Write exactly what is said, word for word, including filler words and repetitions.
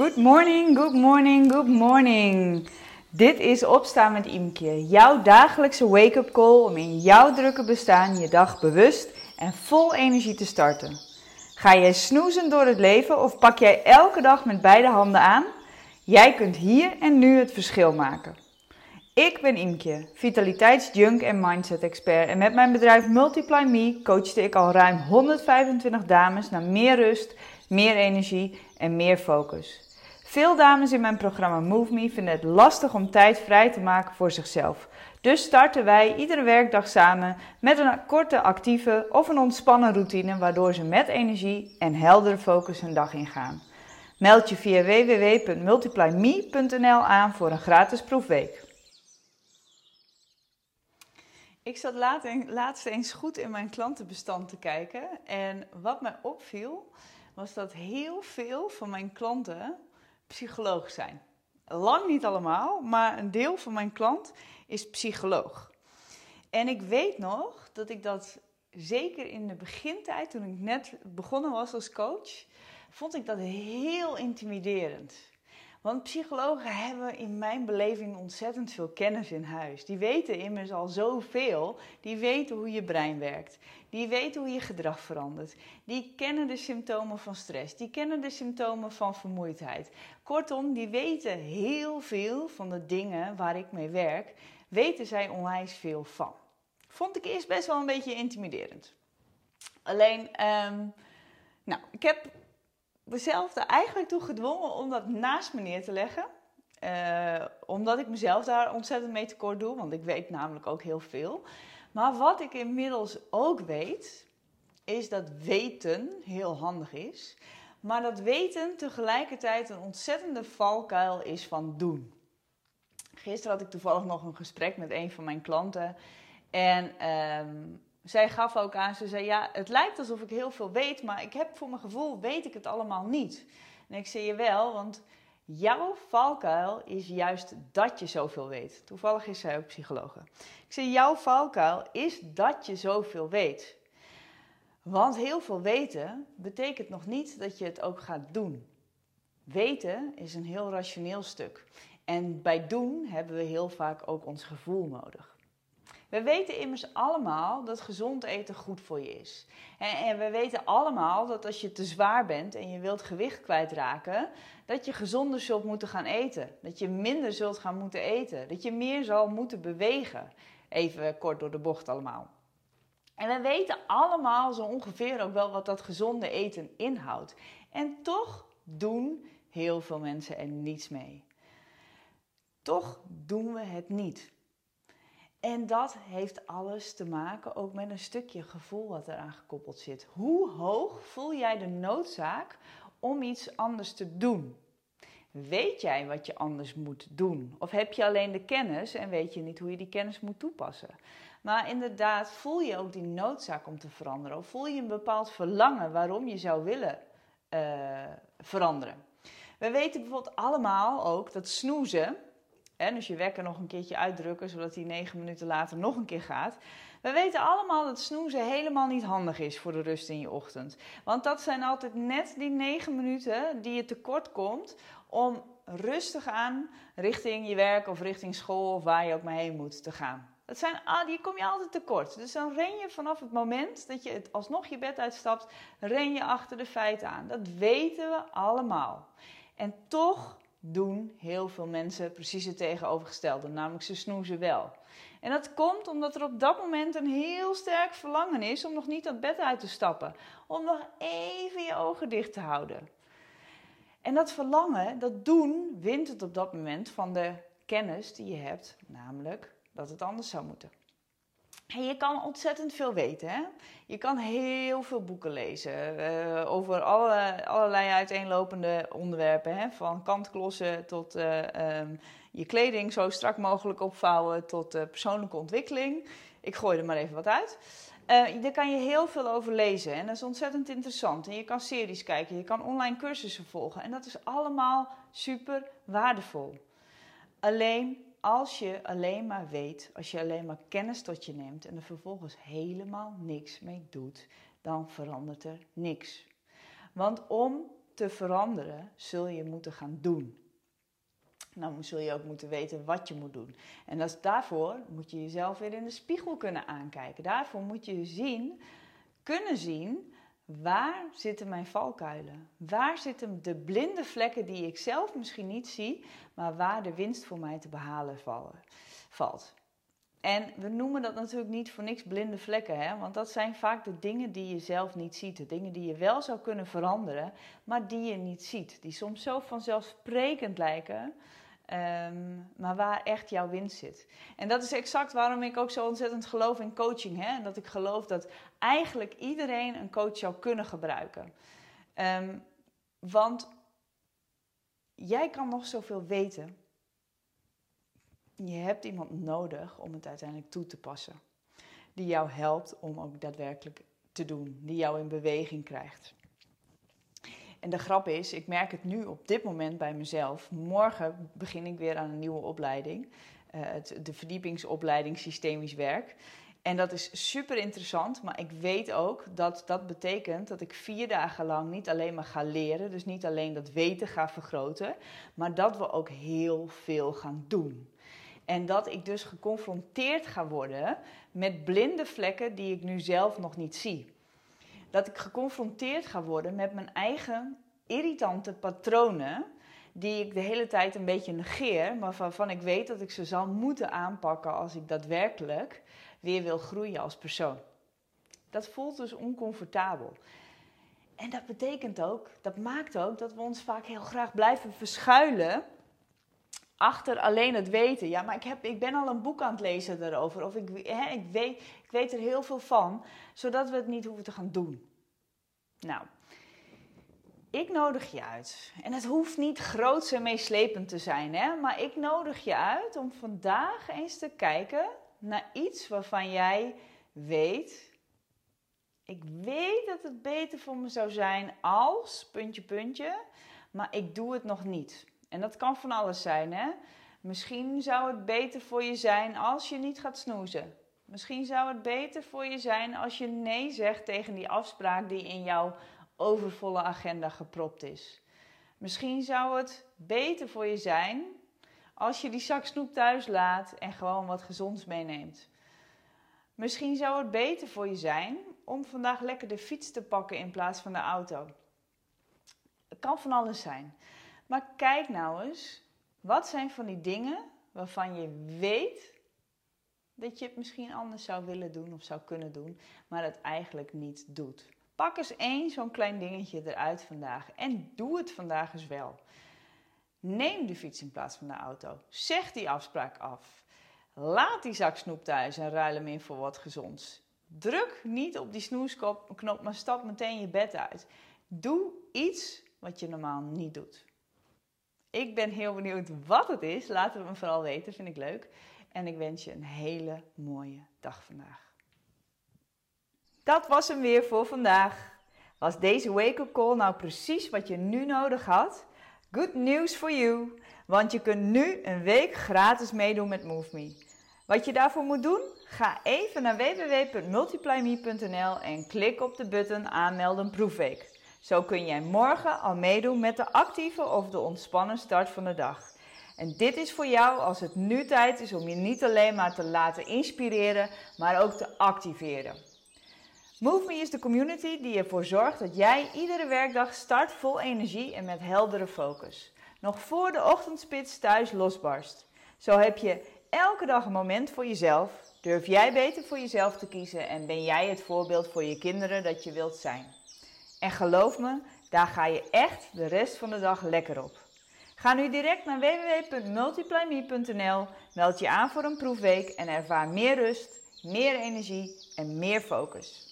Good morning, good morning, good morning. Dit is Opstaan met Imke, jouw dagelijkse wake-up call om in jouw drukke bestaan je dag bewust en vol energie te starten. Ga jij snoezen door het leven of pak jij elke dag met beide handen aan? Jij kunt hier en nu het verschil maken. Ik ben Imke, vitaliteitsjunk en mindset expert en met mijn bedrijf Multiply Me coachte ik al ruim honderdvijfentwintig dames naar meer rust, meer energie en meer focus. Veel dames in mijn programma Move Me vinden het lastig om tijd vrij te maken voor zichzelf. Dus starten wij iedere werkdag samen met een korte, actieve of een ontspannen routine waardoor ze met energie en heldere focus hun dag ingaan. Meld je via w w w punt multiply me punt n l aan voor een gratis proefweek. Ik zat laatst eens goed in mijn klantenbestand te kijken en wat mij opviel was dat heel veel van mijn klanten psycholoog zijn. Lang niet allemaal, maar een deel van mijn klant is psycholoog. En ik weet nog dat ik dat zeker in de begintijd, toen ik net begonnen was als coach, vond ik dat heel intimiderend. Want psychologen hebben in mijn beleving ontzettend veel kennis in huis. Die weten immers al zoveel. Die weten hoe je brein werkt. Die weten hoe je gedrag verandert. Die kennen de symptomen van stress. Die kennen de symptomen van vermoeidheid. Kortom, die weten heel veel van de dingen waar ik mee werk. Weten zij onwijs veel van. Vond ik eerst best wel een beetje intimiderend. Alleen, um, nou, ik heb mezelf er eigenlijk toe gedwongen om dat naast me neer te leggen. Uh, omdat ik mezelf daar ontzettend mee tekort doe. Want ik weet namelijk ook heel veel. Maar wat ik inmiddels ook weet, is dat weten heel handig is. Maar dat weten tegelijkertijd een ontzettende valkuil is van doen. Gisteren had ik toevallig nog een gesprek met een van mijn klanten. En um, zij gaf ook aan, ze zei, ja, het lijkt alsof ik heel veel weet, maar ik heb voor mijn gevoel, weet ik het allemaal niet. En ik zei, jawel, want jouw valkuil is juist dat je zoveel weet. Toevallig is zij ook psychologe. Ik zei, jouw valkuil is dat je zoveel weet. Want heel veel weten betekent nog niet dat je het ook gaat doen. Weten is een heel rationeel stuk. En bij doen hebben we heel vaak ook ons gevoel nodig. We weten immers allemaal dat gezond eten goed voor je is. En, en we weten allemaal dat als je te zwaar bent en je wilt gewicht kwijtraken, dat je gezonder zult moeten gaan eten. Dat je minder zult gaan moeten eten. Dat je meer zal moeten bewegen. Even kort door de bocht allemaal. En we weten allemaal zo ongeveer ook wel wat dat gezonde eten inhoudt. En toch doen heel veel mensen er niets mee. Toch doen we het niet. En dat heeft alles te maken ook met een stukje gevoel wat eraan gekoppeld zit. Hoe hoog voel jij de noodzaak om iets anders te doen? Weet jij wat je anders moet doen? Of heb je alleen de kennis en weet je niet hoe je die kennis moet toepassen? Maar inderdaad, voel je ook die noodzaak om te veranderen? Of voel je een bepaald verlangen waarom je zou willen uh, veranderen? We weten bijvoorbeeld allemaal ook dat snoezen, en dus je wekker nog een keertje uitdrukken, zodat die negen minuten later nog een keer gaat. We weten allemaal dat snoezen helemaal niet handig is voor de rust in je ochtend. Want dat zijn altijd net die negen minuten die je tekort komt om rustig aan richting je werk of richting school of waar je ook maar heen moet te gaan. Dat zijn, die kom je altijd tekort. Dus dan ren je vanaf het moment dat je het alsnog je bed uitstapt, ren je achter de feiten aan. Dat weten we allemaal. En toch doen heel veel mensen precies het tegenovergestelde, namelijk ze snoezen wel. En dat komt omdat er op dat moment een heel sterk verlangen is om nog niet uit bed uit te stappen. Om nog even je ogen dicht te houden. En dat verlangen, dat doen, wint het op dat moment van de kennis die je hebt, namelijk dat het anders zou moeten. En je kan ontzettend veel weten, hè? Je kan heel veel boeken lezen uh, over alle, allerlei uiteenlopende onderwerpen. Hè? Van kantklossen tot uh, um, je kleding zo strak mogelijk opvouwen tot uh, persoonlijke ontwikkeling. Ik gooi er maar even wat uit. Uh, daar kan je heel veel over lezen en dat is ontzettend interessant. En je kan series kijken, je kan online cursussen volgen en dat is allemaal super waardevol. Alleen als je alleen maar weet, als je alleen maar kennis tot je neemt en er vervolgens helemaal niks mee doet, dan verandert er niks. Want om te veranderen, zul je moeten gaan doen. Nou zul je ook moeten weten wat je moet doen. En dat is, daarvoor moet je jezelf weer in de spiegel kunnen aankijken. Daarvoor moet je zien, kunnen zien, waar zitten mijn valkuilen? Waar zitten de blinde vlekken die ik zelf misschien niet zie, maar waar de winst voor mij te behalen vallen, valt? En we noemen dat natuurlijk niet voor niks blinde vlekken, hè? Want dat zijn vaak de dingen die je zelf niet ziet. De dingen die je wel zou kunnen veranderen, maar die je niet ziet. Die soms zo vanzelfsprekend lijken, um, maar waar echt jouw winst zit. En dat is exact waarom ik ook zo ontzettend geloof in coaching. Hè? En dat ik geloof dat eigenlijk iedereen een coach zou kunnen gebruiken. Um, want jij kan nog zoveel weten. Je hebt iemand nodig om het uiteindelijk toe te passen. Die jou helpt om ook daadwerkelijk te doen. Die jou in beweging krijgt. En de grap is, ik merk het nu op dit moment bij mezelf. Morgen begin ik weer aan een nieuwe opleiding. Uh, het, de verdiepingsopleiding Systemisch Werk. En dat is super interessant, maar ik weet ook dat dat betekent dat ik vier dagen lang niet alleen maar ga leren. Dus niet alleen dat weten ga vergroten, maar dat we ook heel veel gaan doen. En dat ik dus geconfronteerd ga worden met blinde vlekken die ik nu zelf nog niet zie. Dat ik geconfronteerd ga worden met mijn eigen irritante patronen, die ik de hele tijd een beetje negeer, maar waarvan ik weet dat ik ze zal moeten aanpakken als ik daadwerkelijk weer wil groeien als persoon. Dat voelt dus oncomfortabel. En dat betekent ook, dat maakt ook dat we ons vaak heel graag blijven verschuilen achter alleen het weten. Ja, maar ik, heb, ik ben al een boek aan het lezen daarover. Of ik, hè, ik, weet, ik weet er heel veel van. Zodat we het niet hoeven te gaan doen. Nou, ik nodig je uit. En het hoeft niet groots en meeslepend te zijn. Hè? Maar ik nodig je uit om vandaag eens te kijken naar iets waarvan jij weet. Ik weet dat het beter voor me zou zijn als, puntje, puntje. Maar ik doe het nog niet. En dat kan van alles zijn, hè. Misschien zou het beter voor je zijn als je niet gaat snoezen. Misschien zou het beter voor je zijn als je nee zegt tegen die afspraak die in jouw overvolle agenda gepropt is. Misschien zou het beter voor je zijn als je die zak snoep thuis laat en gewoon wat gezonds meeneemt. Misschien zou het beter voor je zijn om vandaag lekker de fiets te pakken in plaats van de auto. Het kan van alles zijn. Maar kijk nou eens, wat zijn van die dingen waarvan je weet dat je het misschien anders zou willen doen of zou kunnen doen, maar het eigenlijk niet doet. Pak eens één zo'n klein dingetje eruit vandaag en doe het vandaag eens wel. Neem de fiets in plaats van de auto. Zeg die afspraak af. Laat die zak snoep thuis en ruil hem in voor wat gezonds. Druk niet op die snoesknop, maar stap meteen je bed uit. Doe iets wat je normaal niet doet. Ik ben heel benieuwd wat het is. Laat het me vooral weten, vind ik leuk. En ik wens je een hele mooie dag vandaag. Dat was hem weer voor vandaag. Was deze wake-up call nou precies wat je nu nodig had? Good news for you, want je kunt nu een week gratis meedoen met MoveMe. Wat je daarvoor moet doen? Ga even naar w w w punt multiply me punt n l en klik op de button aanmelden proefweek. Zo kun jij morgen al meedoen met de actieve of de ontspannen start van de dag. En dit is voor jou als het nu tijd is om je niet alleen maar te laten inspireren, maar ook te activeren. MoveMe is de community die ervoor zorgt dat jij iedere werkdag start vol energie en met heldere focus. Nog voor de ochtendspits thuis losbarst. Zo heb je elke dag een moment voor jezelf, durf jij beter voor jezelf te kiezen en ben jij het voorbeeld voor je kinderen dat je wilt zijn. En geloof me, daar ga je echt de rest van de dag lekker op. Ga nu direct naar w w w punt multiply me punt n l, meld je aan voor een proefweek en ervaar meer rust, meer energie en meer focus.